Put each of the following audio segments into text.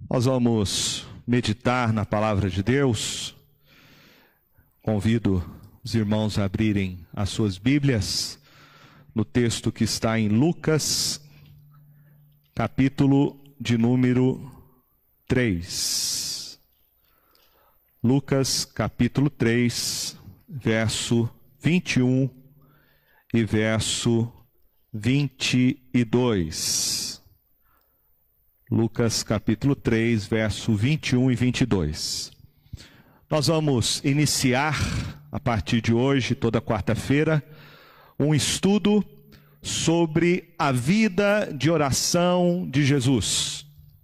Nós vamos meditar na palavra de Deus. Convido os irmãos a abrirem as suas Bíblias no texto que está em Lucas, capítulo de número 3. Lucas, capítulo 3, verso 21 e verso 22. Lucas capítulo 3, verso 21 e 22. Nós vamos iniciar, a partir de hoje, toda quarta-feira, um estudo sobre a vida de oração de Jesus.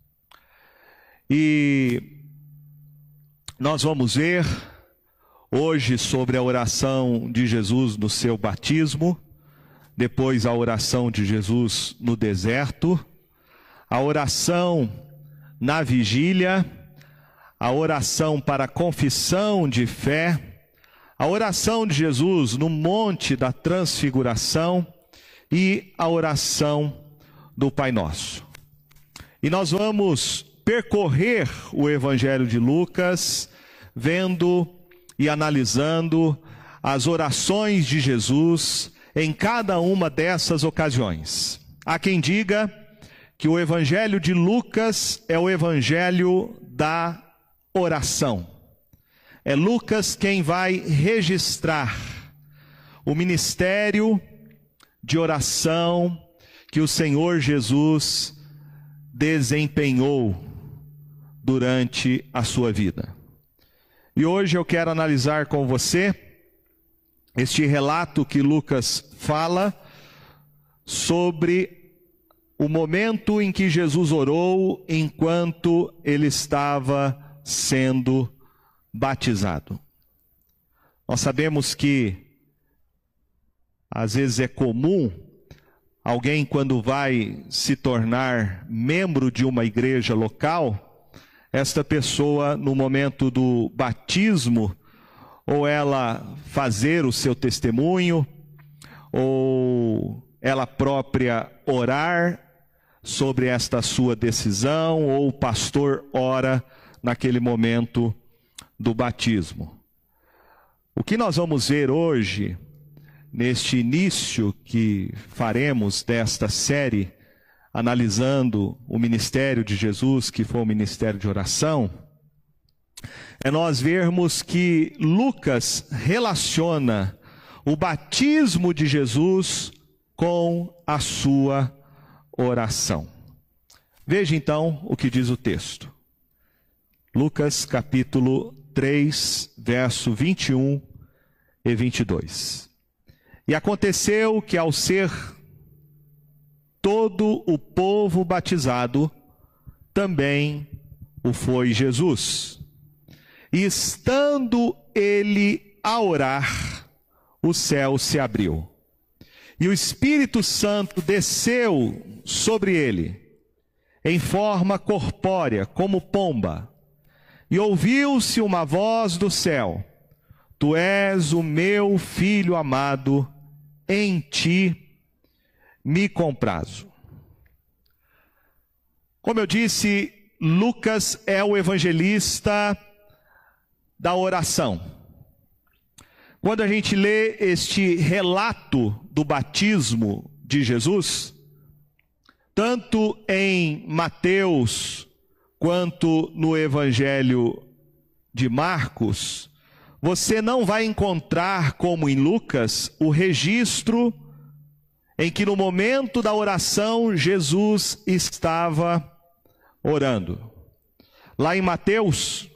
E nós vamos ver hoje sobre a oração de Jesus no seu batismo, depois a oração de Jesus no deserto, a oração na vigília, a oração para a confissão de fé, a oração de Jesus no Monte da Transfiguração e a oração do Pai Nosso. E nós vamos percorrer o Evangelho de Lucas, vendo e analisando as orações de Jesus em cada uma dessas ocasiões. Há quem diga que o Evangelho de Lucas é o Evangelho da oração. É Lucas quem vai registrar o ministério de oração que o Senhor Jesus desempenhou durante a sua vida. E hoje eu quero analisar com você este relato que Lucas fala sobre o momento em que Jesus orou enquanto ele estava sendo batizado. Nós sabemos que às vezes é comum alguém, quando vai se tornar membro de uma igreja local, esta pessoa, no momento do batismo, ou ela fazer o seu testemunho, ou ela própria orar sobre esta sua decisão, ou o pastor ora naquele momento do batismo. O que nós vamos ver hoje, neste início que faremos desta série, analisando o ministério de Jesus, que foi o ministério de oração, é nós vermos que Lucas relaciona o batismo de Jesus com a sua oração. Veja então o que diz o texto. Lucas capítulo 3, verso 21 e 22. E aconteceu que, ao ser todo o povo batizado, também o foi Jesus. E estando ele a orar, o céu se abriu. E o Espírito Santo desceu sobre ele, em forma corpórea, como pomba. E ouviu-se uma voz do céu: Tu és o meu Filho amado, em ti me comprazo. Como eu disse, Lucas é o evangelista da oração. Quando a gente lê este relato do batismo de Jesus, tanto em Mateus quanto no Evangelho de Marcos, você não vai encontrar, como em Lucas, o registro em que no momento da oração Jesus estava orando. Lá em Mateus,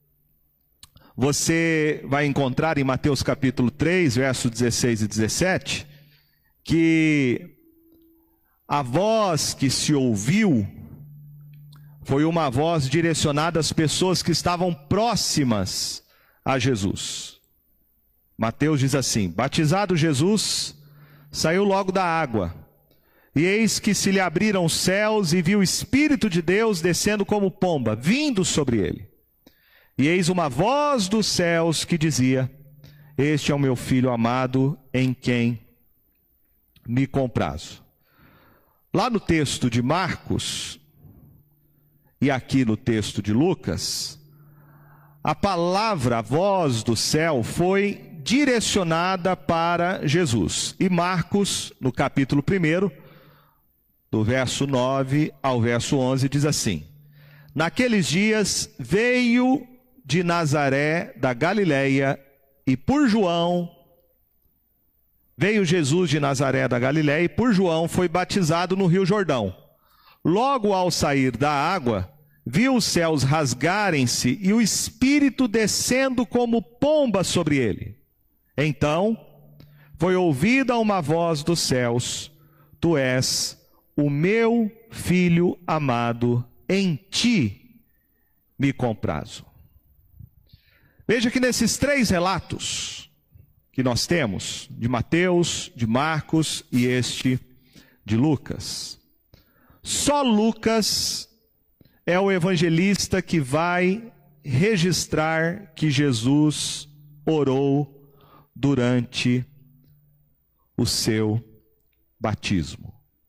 você vai encontrar em Mateus capítulo 3, versos 16 e 17, que a voz que se ouviu foi uma voz direcionada às pessoas que estavam próximas a Jesus. Mateus diz assim: Batizado Jesus, saiu logo da água, e eis que se lhe abriram os céus, e viu o Espírito de Deus descendo como pomba, vindo sobre ele. E eis uma voz dos céus que dizia: Este é o meu Filho amado, em quem me comprazo. Lá no texto de Marcos, e aqui no texto de Lucas, a palavra, a voz do céu foi direcionada para Jesus. E Marcos, no capítulo 1, do verso 9 ao verso 11, diz assim: naqueles dias veio de Nazaré da Galileia e por João, veio Jesus de Nazaré da Galileia e por João foi batizado no Rio Jordão. Logo ao sair da água, viu os céus rasgarem-se e o Espírito descendo como pomba sobre ele. Então foi ouvida uma voz dos céus: tu és o meu filho amado, em ti me comprazo. Veja que nesses 3 relatos que nós temos, de Mateus, de Marcos e este de Lucas, só Lucas é o evangelista que vai registrar que Jesus orou durante o seu batismo.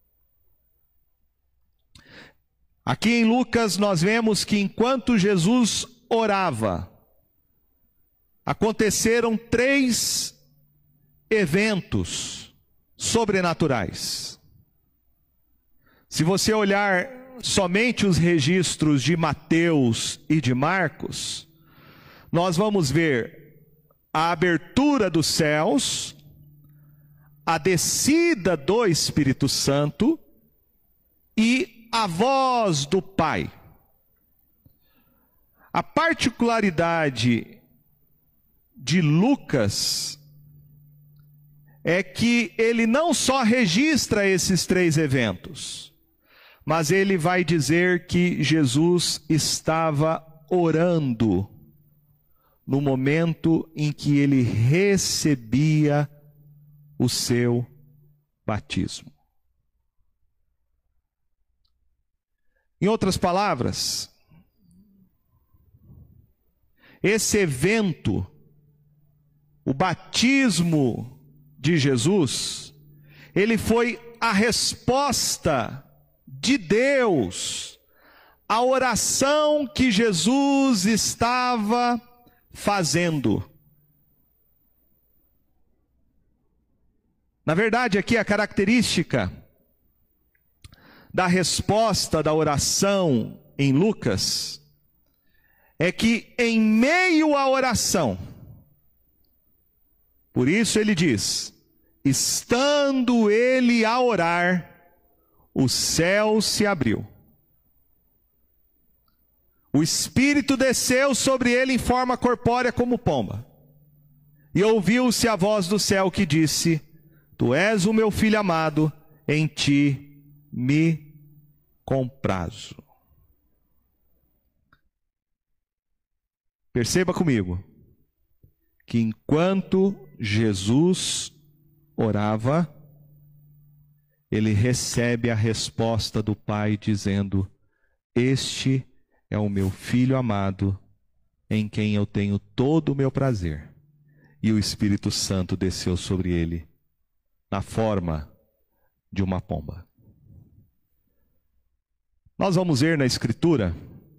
Aqui em Lucas nós vemos que enquanto Jesus orava, aconteceram 3 eventos sobrenaturais. Se você olhar somente os registros de Mateus e de Marcos, nós vamos ver a abertura dos céus, a descida do Espírito Santo e a voz do Pai. A particularidade de Lucas é que ele não só registra esses 3 eventos, mas ele vai dizer que Jesus estava orando no momento em que ele recebia o seu batismo. Em outras palavras, esse evento, o batismo de Jesus, ele foi a resposta de Deus à oração que Jesus estava fazendo. Na verdade, aqui a característica da resposta da oração em Lucas é que em meio à oração, por isso ele diz, estando ele a orar, o céu se abriu. O Espírito desceu sobre ele em forma corpórea como pomba. E ouviu-se a voz do céu que disse: tu és o meu filho amado, em ti me comprazo. Perceba comigo que enquanto Jesus orava, ele recebe a resposta do Pai dizendo: este é o meu filho amado, em quem eu tenho todo o meu prazer. E o Espírito Santo desceu sobre ele na forma de uma pomba. Nós vamos ver na Escritura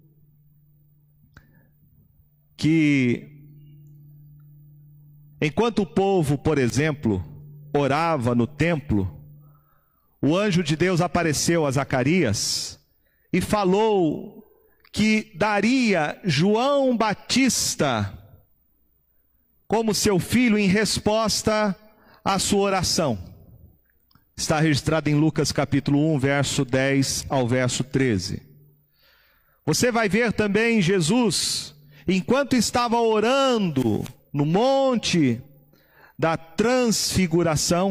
que enquanto o povo, por exemplo, orava no templo, o anjo de Deus apareceu a Zacarias e falou que daria João Batista como seu filho em resposta à sua oração. Está registrado em Lucas capítulo 1, verso 10 ao verso 13. Você vai ver também Jesus, enquanto estava orando no monte da transfiguração,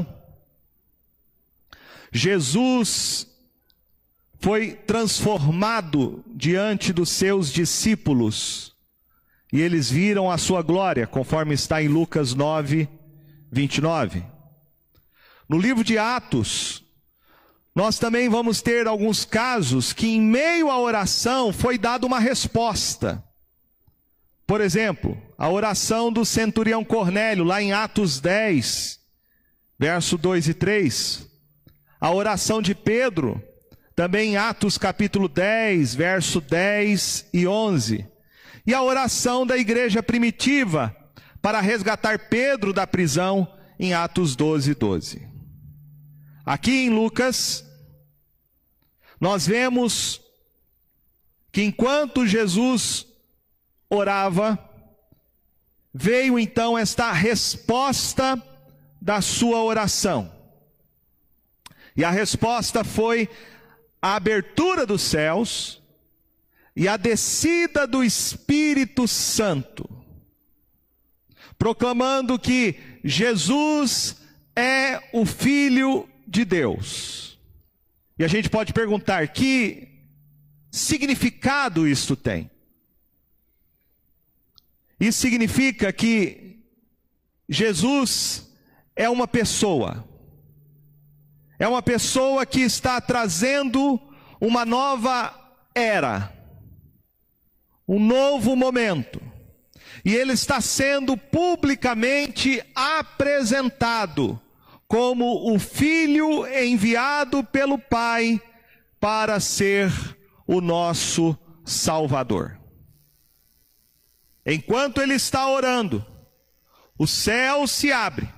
Jesus foi transformado diante dos seus discípulos e eles viram a sua glória, conforme está em Lucas 9, 29. No livro de Atos, nós também vamos ter alguns casos que em meio à oração foi dada uma resposta. Por exemplo, a oração do centurião Cornélio, lá em Atos 10, verso 2 e 3. A oração de Pedro, também em Atos capítulo 10, verso 10 e 11. E a oração da igreja primitiva para resgatar Pedro da prisão em Atos 12, 12. Aqui em Lucas, nós vemos que enquanto Jesus orava, veio então esta resposta da sua oração. E a resposta foi a abertura dos céus e a descida do Espírito Santo, proclamando que Jesus é o Filho de Deus. E a gente pode perguntar, que significado isso tem? Isso significa que Jesus é uma pessoa que está trazendo uma nova era, um novo momento, e ele está sendo publicamente apresentado como o Filho enviado pelo Pai para ser o nosso Salvador. Enquanto ele está orando, o céu se abre.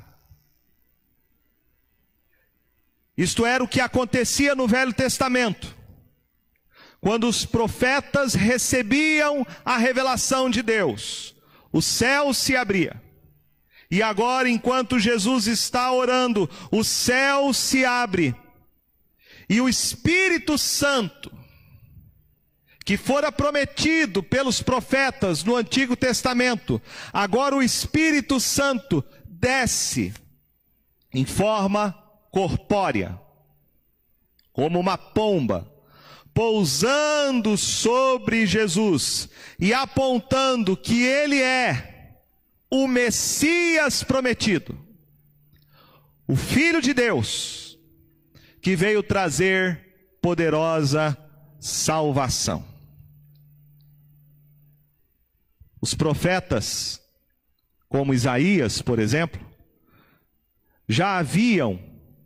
Isto era o que acontecia no Velho Testamento, quando os profetas recebiam a revelação de Deus, o céu se abria. E agora, enquanto Jesus está orando, o céu se abre, e o Espírito Santo, que fora prometido pelos profetas no Antigo Testamento, agora o Espírito Santo desce em forma corpórea, como uma pomba, pousando sobre Jesus e apontando que ele é o Messias prometido, o Filho de Deus, que veio trazer poderosa salvação. Os profetas, como Isaías, por exemplo, já haviam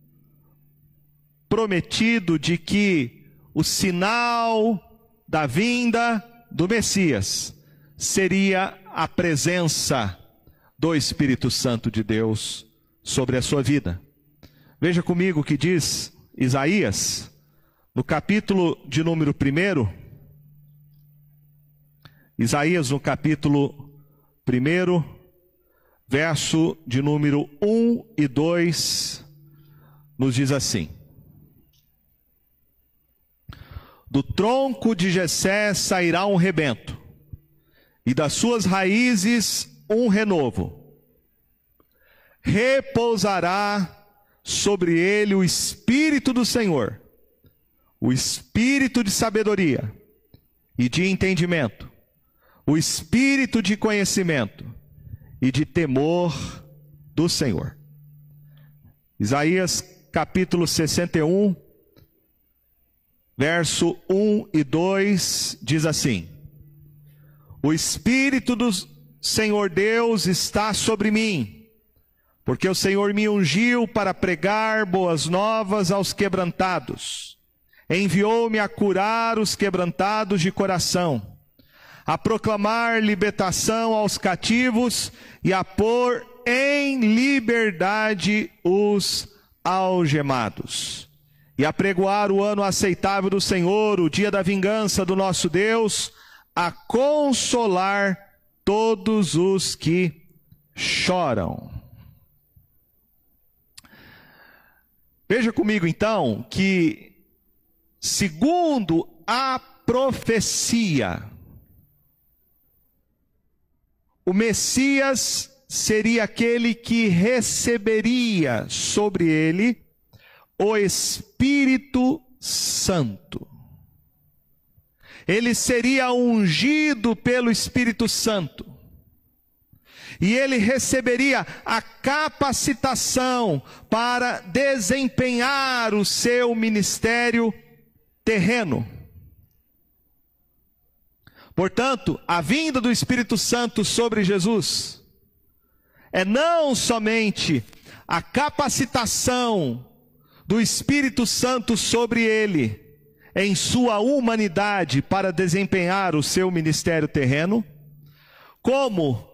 prometido de que o sinal da vinda do Messias seria a presença do Espírito Santo de Deus sobre a sua vida. Veja comigo o que diz Isaías, no capítulo de número 1, Isaías no capítulo 1, verso de número 1 e 2, nos diz assim: do tronco de Jessé sairá um rebento, e das suas raízes um renovo. Repousará sobre ele o Espírito do Senhor, o Espírito de sabedoria e de entendimento, o Espírito de conhecimento e de temor do Senhor. Isaías capítulo 61, verso 1 e 2 diz assim: o Espírito do Senhor Deus está sobre mim, porque o Senhor me ungiu para pregar boas novas aos quebrantados, enviou-me a curar os quebrantados de coração, a proclamar libertação aos cativos e a pôr em liberdade os algemados, e a pregoar o ano aceitável do Senhor, o dia da vingança do nosso Deus, a consolar todos os que choram. Veja comigo então que, segundo a profecia, o Messias seria aquele que receberia sobre ele o Espírito Santo. Ele seria ungido pelo Espírito Santo. E ele receberia a capacitação para desempenhar o seu ministério terreno. Portanto, a vinda do Espírito Santo sobre Jesus é não somente a capacitação do Espírito Santo sobre ele em sua humanidade para desempenhar o seu ministério terreno, como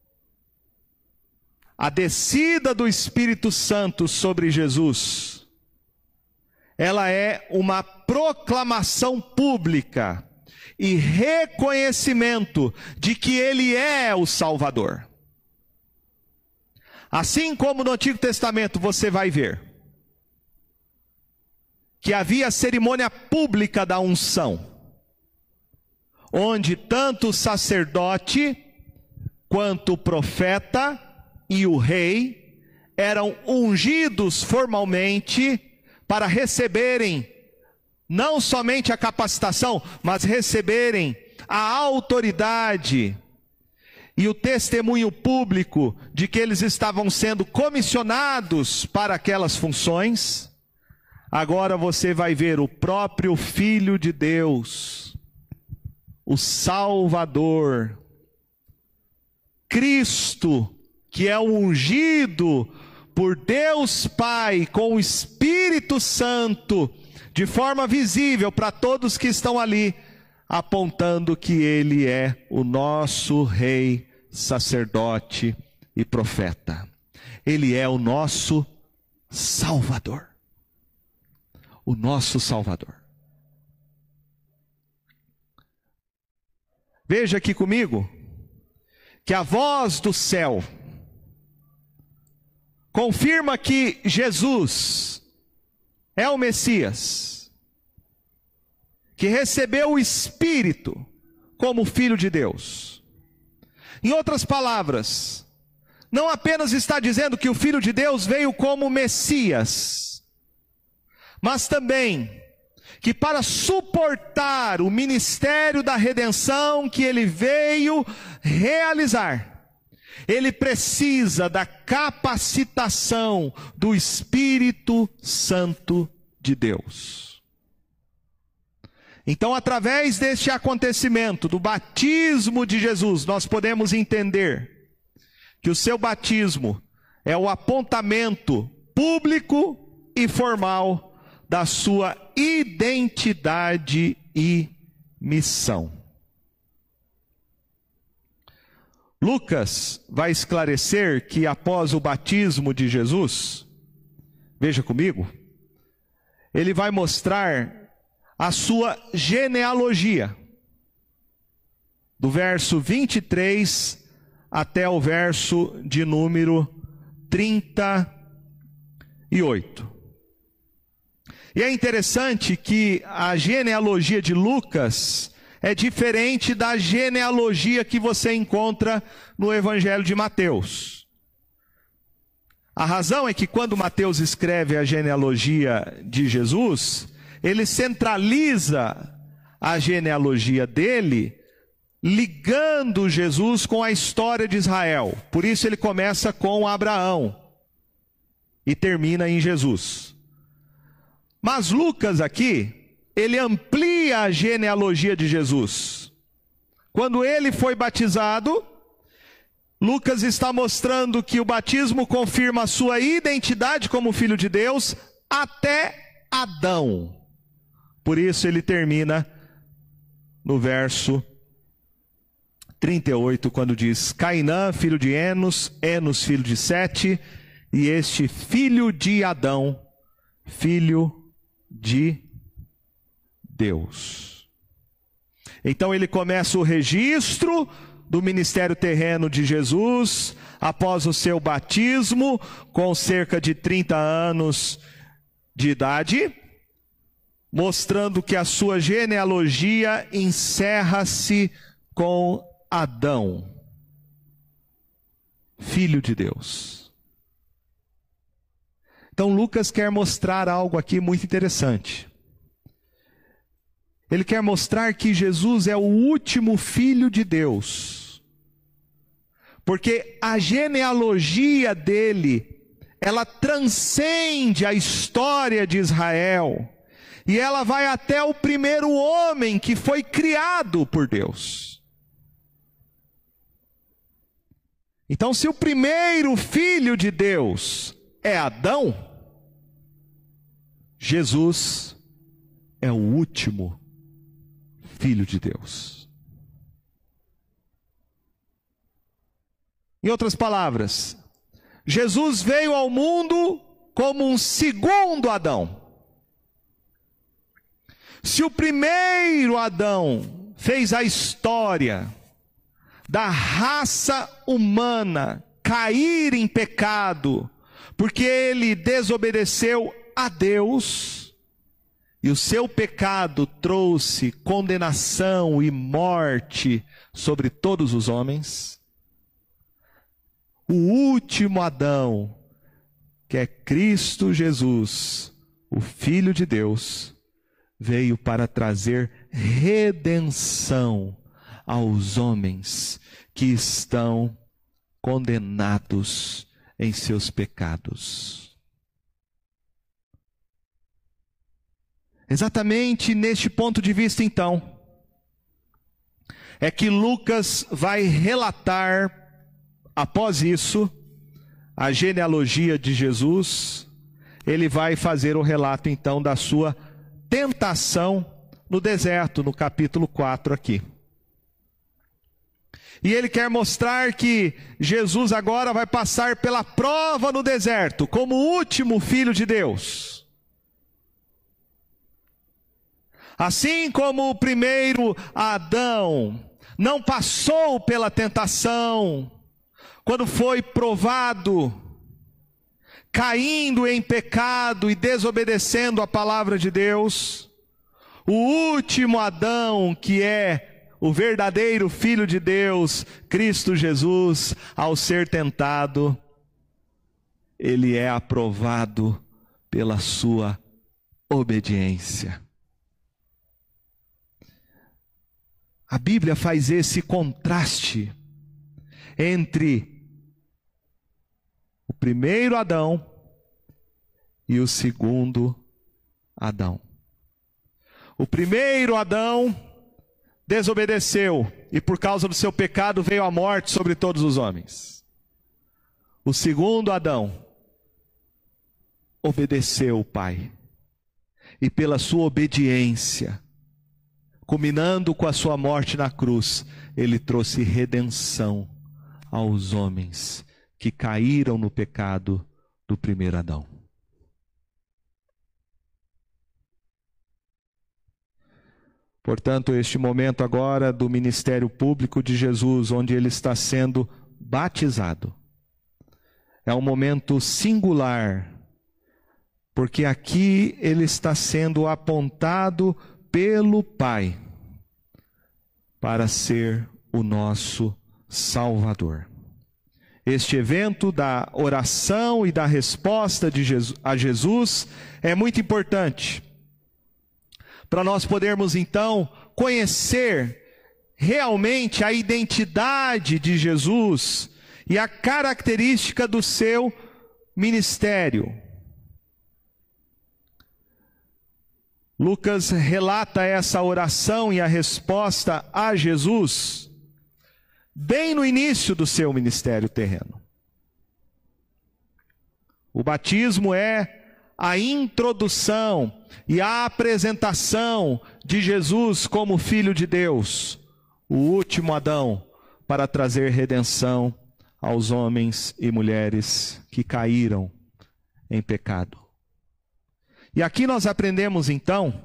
a descida do Espírito Santo sobre Jesus, ela é uma proclamação pública e reconhecimento de que Ele é o Salvador. Assim como no Antigo Testamento você vai ver que havia a cerimônia pública da unção, onde tanto o sacerdote quanto o profeta e o rei eram ungidos formalmente para receberem não somente a capacitação, mas receberem a autoridade e o testemunho público de que eles estavam sendo comissionados para aquelas funções. Agora você vai ver o próprio Filho de Deus, o Salvador, Cristo, que é o ungido por Deus Pai com o Espírito Santo, de forma visível para todos que estão ali, apontando que Ele é o nosso Rei, sacerdote e profeta. Ele é o nosso Salvador. O nosso Salvador. Veja aqui comigo que a voz do céu confirma que Jesus é o Messias, que recebeu o Espírito como Filho de Deus. Em outras palavras, não apenas está dizendo que o Filho de Deus veio como Messias, mas também que para suportar o ministério da redenção que ele veio realizar, ele precisa da capacitação do Espírito Santo de Deus. Então, através deste acontecimento, do batismo de Jesus, nós podemos entender que o seu batismo é o apontamento público e formal da sua identidade e missão. Lucas vai esclarecer que após o batismo de Jesus, veja comigo, ele vai mostrar a sua genealogia, do verso 23 até o verso de número 38. E é interessante que a genealogia de Lucas é diferente da genealogia que você encontra no Evangelho de Mateus. A razão é que quando Mateus escreve a genealogia de Jesus, ele centraliza a genealogia dele, ligando Jesus com a história de Israel. Por isso ele começa com Abraão e termina em Jesus. Mas Lucas aqui, ele amplia a genealogia de Jesus. Quando ele foi batizado, Lucas está mostrando que o batismo confirma a sua identidade como filho de Deus até Adão. Por isso ele termina no verso 38, quando diz: Cainã, filho de Enos, Enos, filho de Sete, e este filho de Adão, filho de Deus. Então ele começa o registro do ministério terreno de Jesus após o seu batismo, com cerca de 30 anos de idade, mostrando que a sua genealogia encerra-se com Adão, filho de Deus. Então Lucas quer mostrar algo aqui muito interessante. Ele quer mostrar que Jesus é o último filho de Deus, porque a genealogia dele, ela transcende a história de Israel, e ela vai até o primeiro homem que foi criado por Deus. Então, se o primeiro filho de Deus é Adão, Jesus é o último Filho de Deus. Em outras palavras, Jesus veio ao mundo como um segundo Adão. Se o primeiro Adão fez a história da raça humana cair em pecado, porque ele desobedeceu a Deus, e o seu pecado trouxe condenação e morte sobre todos os homens, o último Adão, que é Cristo Jesus, o Filho de Deus, veio para trazer redenção aos homens que estão condenados em seus pecados. Exatamente neste ponto de vista, então, é que Lucas vai relatar, após isso, a genealogia de Jesus. Ele vai fazer o relato, então, da sua tentação no deserto, no capítulo 4 aqui. E ele quer mostrar que Jesus agora vai passar pela prova no deserto, como o último Filho de Deus. Assim como o primeiro Adão não passou pela tentação, quando foi provado, caindo em pecado e desobedecendo a palavra de Deus, o último Adão, que é o verdadeiro Filho de Deus, Cristo Jesus, ao ser tentado, ele é aprovado pela sua obediência. A Bíblia faz esse contraste entre o primeiro Adão e o segundo Adão. O primeiro Adão desobedeceu e por causa do seu pecado veio a morte sobre todos os homens. O segundo Adão obedeceu o Pai e pela sua obediência, culminando com a sua morte na cruz, ele trouxe redenção aos homens que caíram no pecado do primeiro Adão. Portanto, este momento agora do ministério público de Jesus, onde ele está sendo batizado, é um momento singular, porque aqui ele está sendo apontado pelo Pai para ser o nosso Salvador. Este evento da oração e da resposta de a Jesus é muito importante para nós podermos então conhecer realmente a identidade de Jesus e a característica do seu ministério. Lucas relata essa oração e a resposta a Jesus bem no início do seu ministério terreno. O batismo é a introdução e a apresentação de Jesus como Filho de Deus, o último Adão, para trazer redenção aos homens e mulheres que caíram em pecado. E aqui nós aprendemos então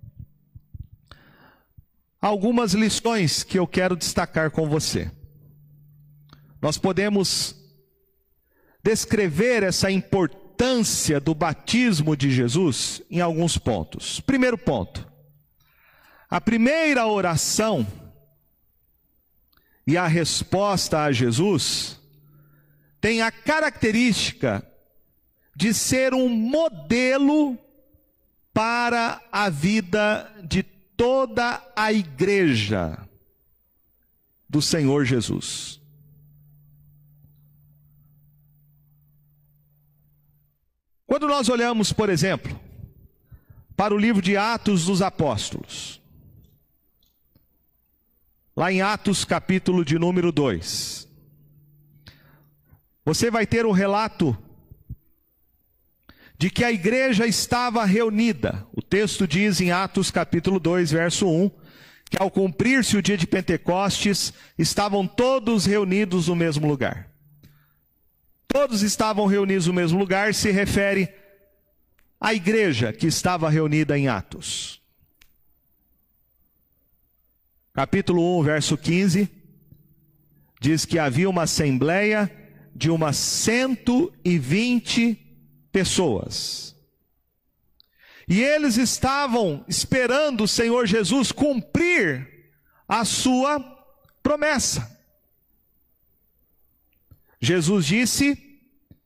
algumas lições que eu quero destacar com você. Nós podemos descrever essa importância do batismo de Jesus em alguns pontos. Primeiro ponto: a primeira oração e a resposta a Jesus tem a característica de ser um modelo para a vida de toda a igreja do Senhor Jesus. Quando nós olhamos, por exemplo, para o livro de Atos dos Apóstolos, lá em Atos capítulo de número 2, você vai ter o relato de que a igreja estava reunida. O texto diz em Atos capítulo 2, verso 1, que ao cumprir-se o dia de Pentecostes, estavam todos reunidos no mesmo lugar. Todos estavam reunidos no mesmo lugar se refere à igreja que estava reunida em Atos. Capítulo 1, verso 15, diz que havia uma assembleia de umas 120 pessoas. E eles estavam esperando o Senhor Jesus cumprir a sua promessa. Jesus disse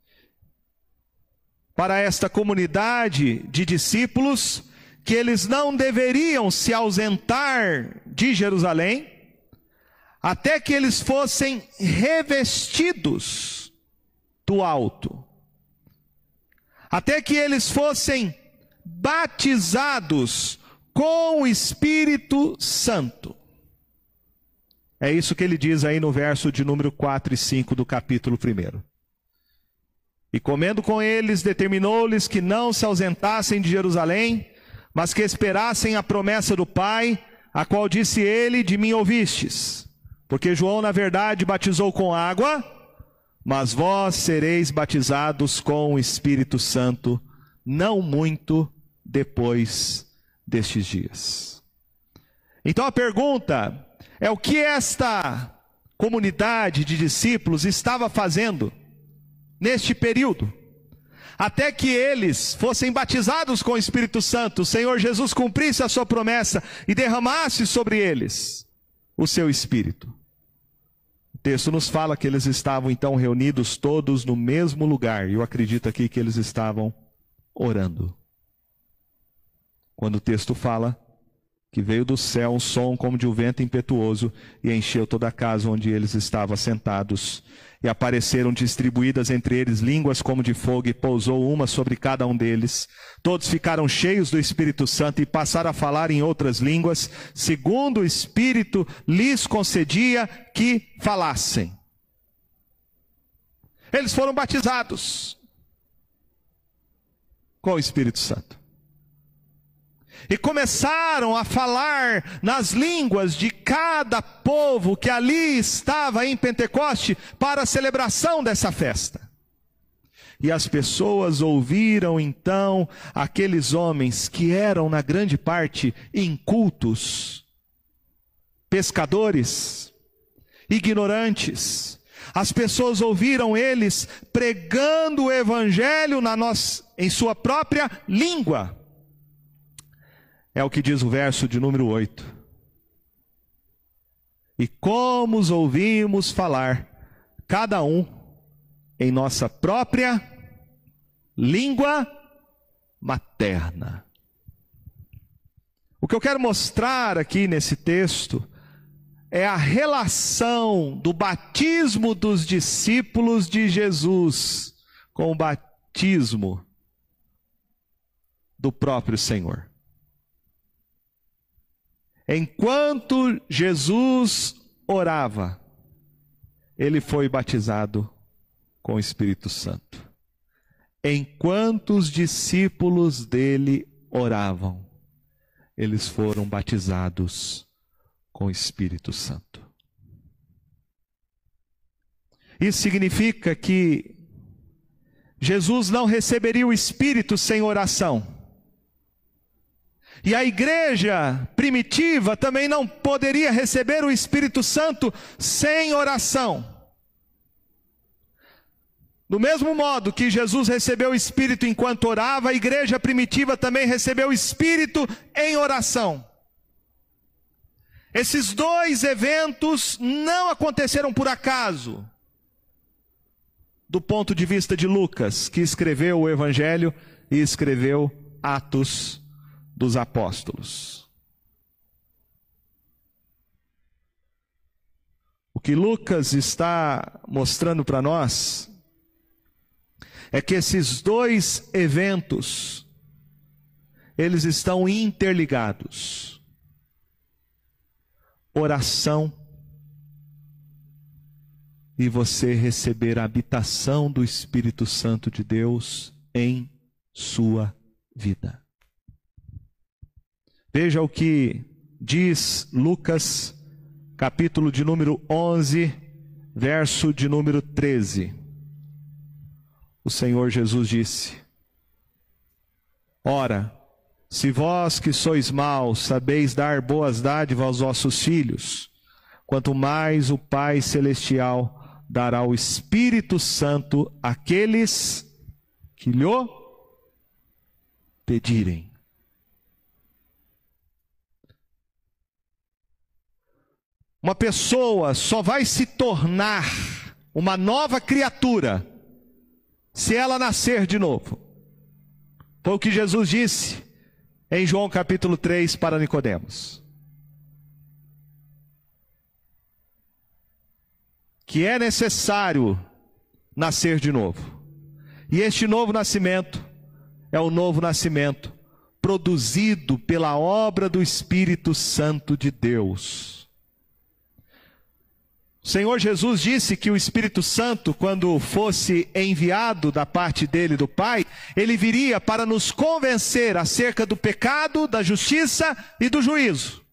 para esta comunidade de discípulos que eles não deveriam se ausentar de Jerusalém até que eles fossem revestidos do alto, até que eles fossem batizados com o Espírito Santo. É isso que ele diz aí no verso de número 4 e 5 do capítulo 1. E comendo com eles, determinou-lhes que não se ausentassem de Jerusalém, mas que esperassem a promessa do Pai, a qual disse ele: de mim ouvistes. Porque João, na verdade, batizou com água, mas vós sereis batizados com o Espírito Santo, não muito depois destes dias. Então a pergunta é: o que esta comunidade de discípulos estava fazendo neste período, até que eles fossem batizados com o Espírito Santo, o Senhor Jesus cumprisse a sua promessa e derramasse sobre eles o seu Espírito? O texto nos fala que eles estavam então reunidos todos no mesmo lugar, e eu acredito aqui que eles estavam orando. Quando o texto fala que veio do céu um som como de um vento impetuoso e encheu toda a casa onde eles estavam sentados, e apareceram distribuídas entre eles línguas como de fogo, e pousou uma sobre cada um deles. Todos ficaram cheios do Espírito Santo e passaram a falar em outras línguas, segundo o Espírito lhes concedia que falassem. Eles foram batizados com o Espírito Santo e começaram a falar nas línguas de cada povo que ali estava em Pentecoste para a celebração dessa festa. E as pessoas ouviram então aqueles homens que eram na grande parte incultos, pescadores, ignorantes. As pessoas ouviram eles pregando o evangelho em sua própria língua. É o que diz o verso de número 8. E como os ouvimos falar, cada um em nossa própria língua materna. O que eu quero mostrar aqui nesse texto é a relação do batismo dos discípulos de Jesus com o batismo do próprio Senhor. Enquanto Jesus orava, ele foi batizado com o Espírito Santo. Enquanto os discípulos dele oravam, eles foram batizados com o Espírito Santo. Isso significa que Jesus não receberia o Espírito sem oração. E a igreja primitiva também não poderia receber o Espírito Santo sem oração. Do mesmo modo que Jesus recebeu o Espírito enquanto orava, a igreja primitiva também recebeu o Espírito em oração. Esses dois eventos não aconteceram por acaso, do ponto de vista de Lucas, que escreveu o Evangelho e escreveu Atos dos Apóstolos. O que Lucas está mostrando para nós é que esses dois eventos, eles estão interligados. Oração e você receber a habitação do Espírito Santo de Deus em sua vida. Veja o que diz Lucas, capítulo de número 11, verso de número 13. O Senhor Jesus disse: ora, se vós que sois maus sabeis dar boas dádivas aos vossos filhos, quanto mais o Pai Celestial dará o Espírito Santo àqueles que lhe pedirem. Uma pessoa só vai se tornar uma nova criatura se ela nascer de novo. Foi o que Jesus disse em João capítulo 3 para Nicodemos. Que é necessário nascer de novo. E este novo nascimento é o novo nascimento produzido pela obra do Espírito Santo de Deus. O Senhor Jesus disse que o Espírito Santo, quando fosse enviado da parte dele, do Pai, ele viria para nos convencer acerca do pecado, da justiça e do juízo.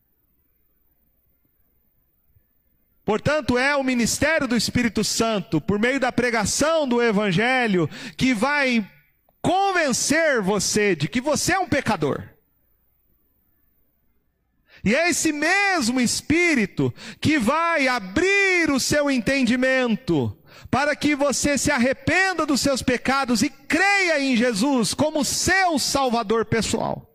Portanto, é o ministério do Espírito Santo, por meio da pregação do Evangelho, que vai convencer você de que você é um pecador. E é esse mesmo Espírito que vai abrir o seu entendimento para que você se arrependa dos seus pecados e creia em Jesus como seu Salvador pessoal.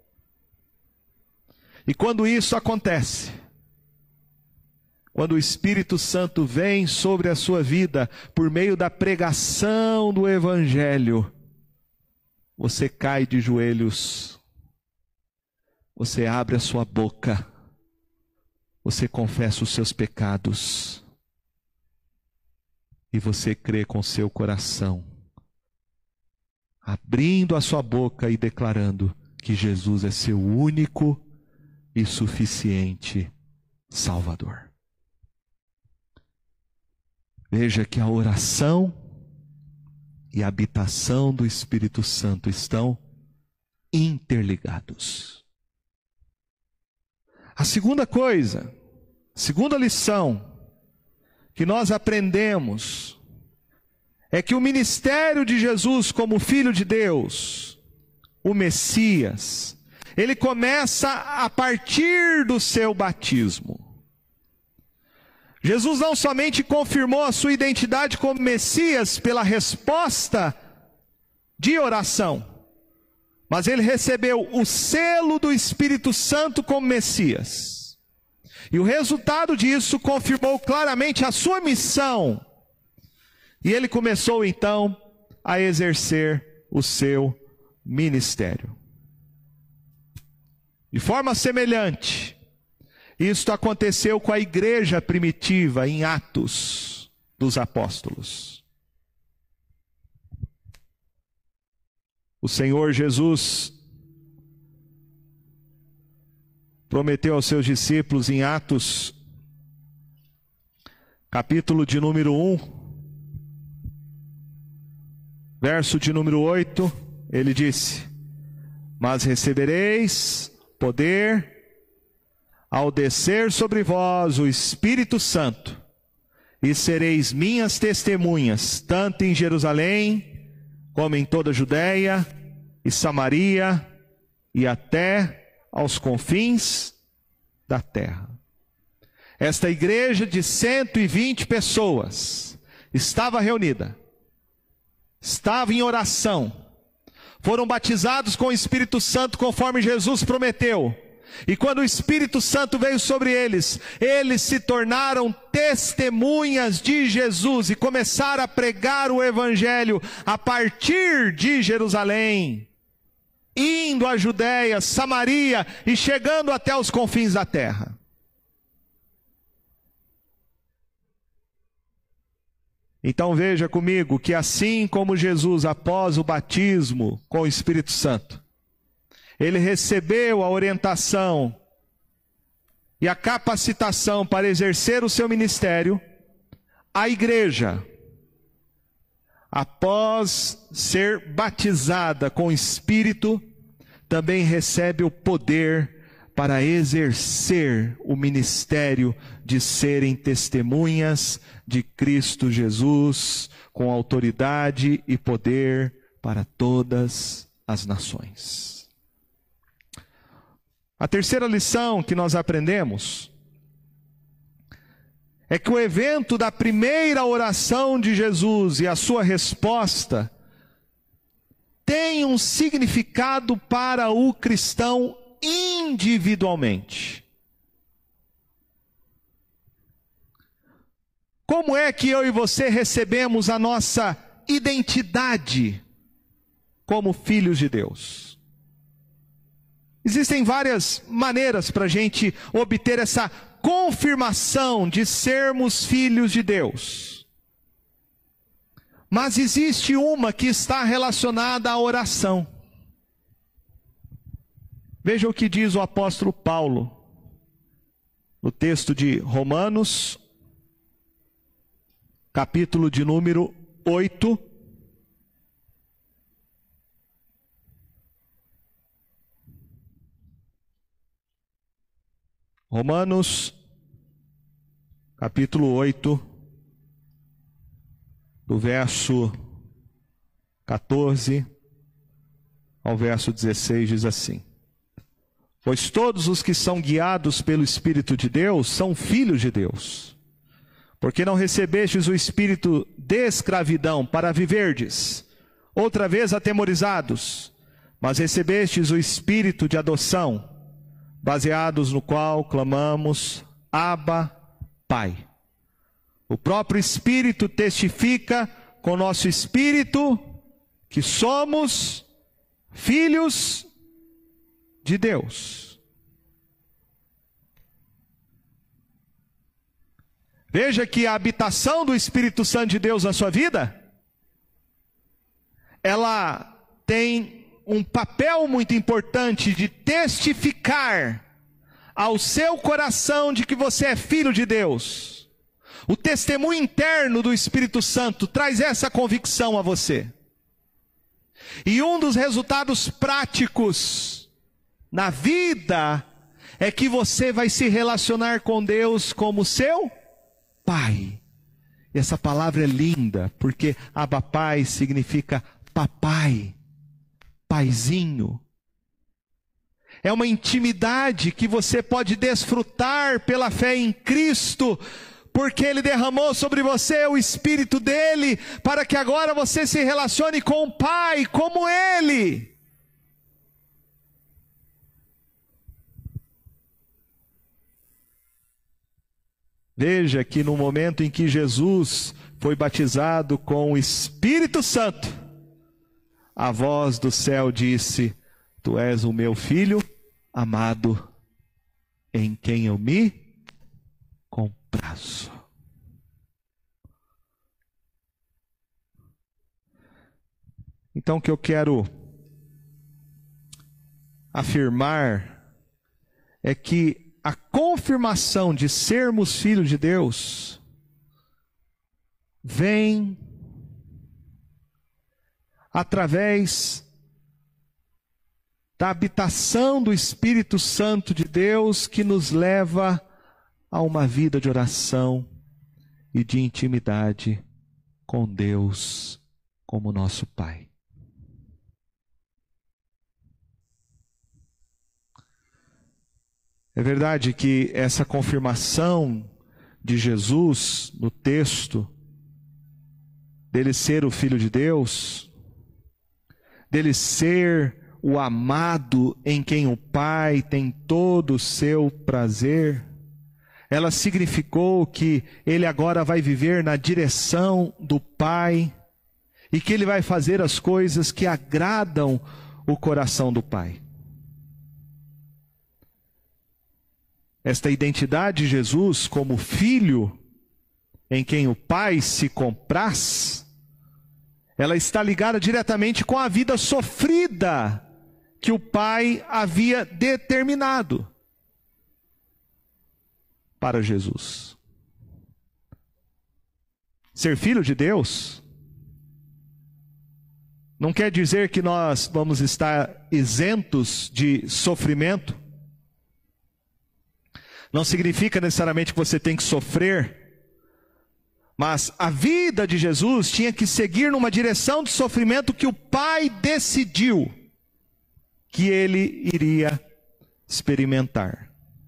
E quando isso acontece, quando o Espírito Santo vem sobre a sua vida por meio da pregação do Evangelho, você cai de joelhos, você abre a sua boca, você confessa os seus pecados e você crê com seu coração, abrindo a sua boca e declarando que Jesus é seu único e suficiente Salvador. Veja que a oração e a habitação do Espírito Santo estão interligados. A segunda coisa, segunda lição que nós aprendemos é que o ministério de Jesus como Filho de Deus, o Messias, ele começa a partir do seu batismo. Jesus não somente confirmou a sua identidade como Messias pela resposta de oração, mas ele recebeu o selo do Espírito Santo como Messias. E o resultado disso confirmou claramente a sua missão. E ele começou então a exercer o seu ministério. De forma semelhante, isto aconteceu com a igreja primitiva em Atos dos Apóstolos. O Senhor Jesus prometeu aos seus discípulos em Atos, capítulo de número 1, verso de número 8, ele disse: mas recebereis poder ao descer sobre vós o Espírito Santo, e sereis minhas testemunhas, tanto em Jerusalém, como em toda a Judeia e Samaria, e até aos confins da terra. Esta igreja de 120 pessoas estava reunida, estava em oração, foram batizados com o Espírito Santo conforme Jesus prometeu. E quando o Espírito Santo veio sobre eles, eles se tornaram testemunhas de Jesus e começaram a pregar o Evangelho a partir de Jerusalém, indo à Judéia, Samaria e chegando até os confins da terra. Então veja comigo que assim como Jesus, após o batismo com o Espírito Santo, ele recebeu a orientação e a capacitação para exercer o seu ministério, a igreja após ser batizada com o Espírito, também recebe o poder para exercer o ministério de serem testemunhas de Cristo Jesus, com autoridade e poder para todas as nações. A terceira lição que nós aprendemos é que o evento da primeira oração de Jesus e a sua resposta tem um significado para o cristão individualmente. Como é que eu e você recebemos a nossa identidade como filhos de Deus? Existem várias maneiras para a gente obter essa confirmação de sermos filhos de Deus. Mas existe uma que está relacionada à oração. Veja o que diz o apóstolo Paulo, no texto de Romanos, capítulo de número 8. Romanos, capítulo 8, do verso 14 ao verso 16, diz assim: Pois todos os que são guiados pelo Espírito de Deus são filhos de Deus. Porque não recebestes o espírito de escravidão para viverdes, outra vez atemorizados, mas recebestes o espírito de adoção, baseados no qual clamamos, Abba, Pai. O próprio Espírito testifica com nosso espírito que somos filhos de Deus. Veja que a habitação do Espírito Santo de Deus na sua vida, ela tem um papel muito importante de testificar ao seu coração de que você é filho de Deus. O testemunho interno do Espírito Santo traz essa convicção a você. E um dos resultados práticos na vida é que você vai se relacionar com Deus como seu Pai. E essa palavra é linda, porque Abba Pai significa papai, paizinho. É uma intimidade que você pode desfrutar pela fé em Cristo, porque Ele derramou sobre você o Espírito dEle, para que agora você se relacione com o Pai, como Ele. Veja que no momento em que Jesus foi batizado com o Espírito Santo, a voz do céu disse: Tu és o meu filho amado, em quem eu me comprazo. Então o que eu quero afirmar é que a confirmação de sermos filhos de Deus vem através da habitação do Espírito Santo de Deus, que nos leva a uma vida de oração e de intimidade com Deus como nosso Pai. É verdade que essa confirmação de Jesus no texto, dele ser o Filho de Deus, dele ser o amado em quem o Pai tem todo o seu prazer, ela significou que ele agora vai viver na direção do Pai e que ele vai fazer as coisas que agradam o coração do Pai. Esta identidade de Jesus como filho em quem o Pai se compraz, ela está ligada diretamente com a vida sofrida que o Pai havia determinado para Jesus. Ser filho de Deus Não quer dizer que nós vamos estar isentos de sofrimento. Não significa necessariamente que você tem que sofrer. Mas a vida de Jesus tinha que seguir numa direção de sofrimento que o Pai decidiu que ele iria experimentar.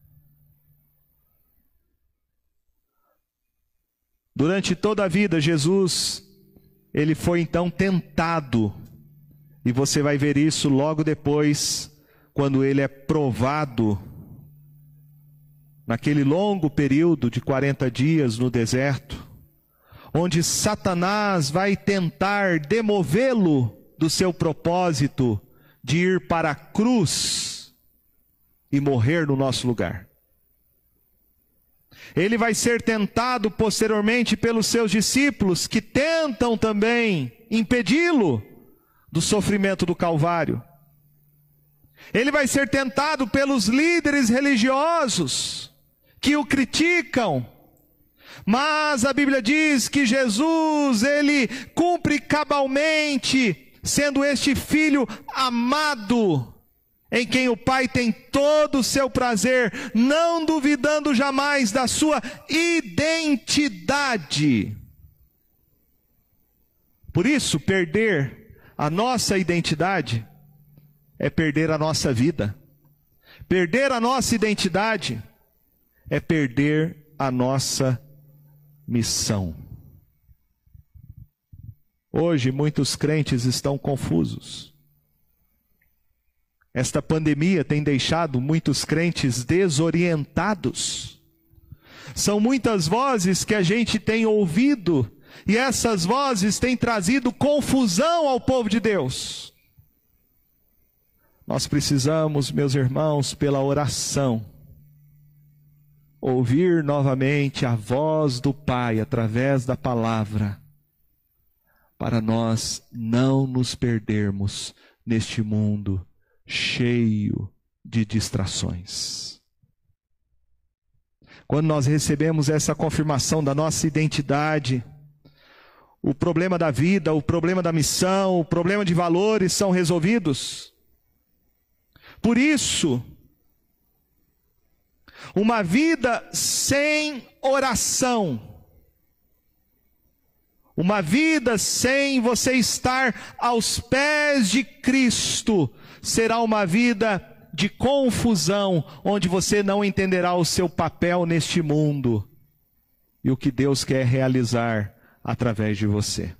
Durante toda a vida, Jesus, ele foi então tentado. E você vai ver isso logo depois, quando ele é provado, naquele longo período de 40 dias no deserto, onde Satanás vai tentar demovê-lo do seu propósito de ir para a cruz e morrer no nosso lugar. Ele vai ser tentado posteriormente pelos seus discípulos, que tentam também impedi-lo do sofrimento do Calvário. Ele vai ser tentado pelos líderes religiosos, que o criticam. Mas a Bíblia diz que Jesus, ele cumpre cabalmente, sendo este filho amado, em quem o Pai tem todo o seu prazer, não duvidando jamais da sua identidade. Por isso, perder a nossa identidade é perder a nossa vida. Perder a nossa identidade é perder a nossa missão. Hoje, muitos crentes estão confusos. Esta pandemia tem deixado muitos crentes desorientados. São muitas vozes que a gente tem ouvido, e essas vozes têm trazido confusão ao povo de Deus. Nós precisamos, meus irmãos, pela oração, ouvir novamente a voz do Pai através da palavra, para nós não nos perdermos neste mundo cheio de distrações. Quando nós recebemos essa confirmação da nossa identidade, o problema da vida, o problema da missão, o problema de valores são resolvidos. Por isso, uma vida sem oração, uma vida sem você estar aos pés de Cristo, será uma vida de confusão, onde você não entenderá o seu papel neste mundo e o que Deus quer realizar através de você.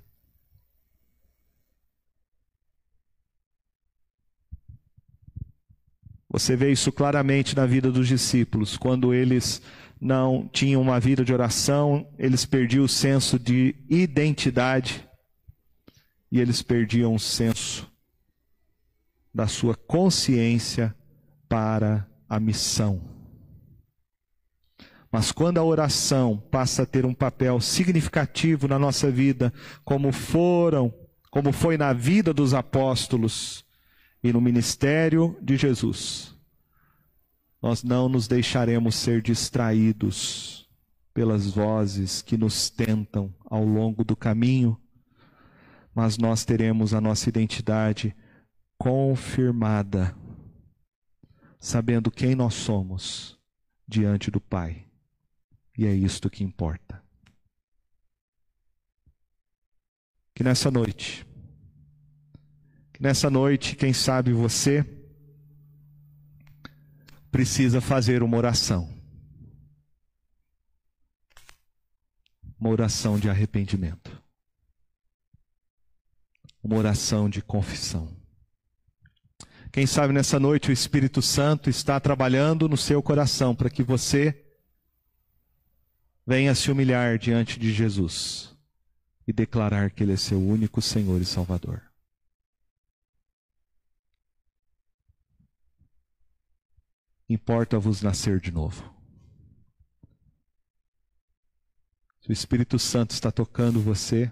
Você vê isso claramente na vida dos discípulos. Quando eles não tinham uma vida de oração, eles perdiam o senso de identidade e eles perdiam o senso da sua consciência para a missão. Mas quando a oração passa a ter um papel significativo na nossa vida, como foi na vida dos apóstolos e no ministério de Jesus, nós não nos deixaremos ser distraídos pelas vozes que nos tentam ao longo do caminho, mas nós teremos a nossa identidade confirmada, sabendo quem nós somos diante do Pai. E é isto que importa. Que nessa noite, quem sabe você precisa fazer uma oração de arrependimento, uma oração de confissão. Quem sabe nessa noite o Espírito Santo está trabalhando no seu coração para que você venha se humilhar diante de Jesus e declarar que Ele é seu único Senhor e Salvador. Importa-vos nascer de novo. Se o Espírito Santo está tocando você,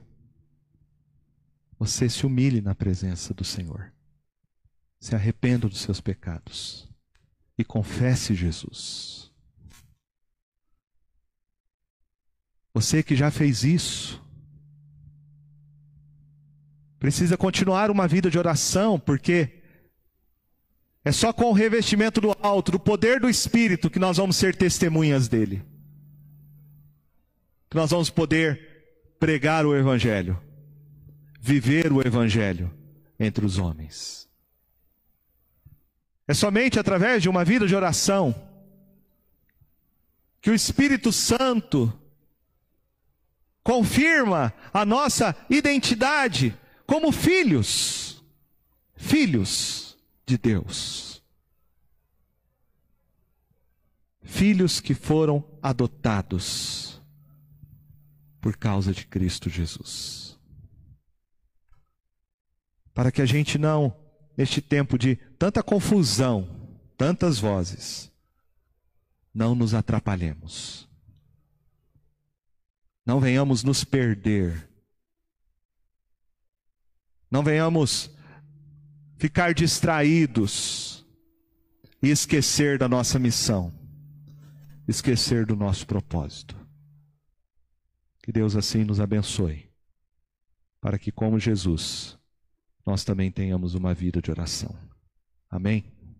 você se humilhe na presença do Senhor. Se arrependa dos seus pecados e confesse Jesus. Você que já fez isso, precisa continuar uma vida de oração, porque é só com o revestimento do alto, do poder do Espírito, que nós vamos ser testemunhas dele. Que nós vamos poder pregar o Evangelho, viver o Evangelho entre os homens. É somente através de uma vida de oração que o Espírito Santo confirma a nossa identidade como filhos de Deus. Filhos que foram adotados por causa de Cristo Jesus. Para que a gente não, neste tempo de tanta confusão, tantas vozes, não nos atrapalhemos. Não venhamos nos perder. Não venhamos ficar distraídos e esquecer da nossa missão, esquecer do nosso propósito. Que Deus assim nos abençoe, para que, como Jesus, nós também tenhamos uma vida de oração. Amém?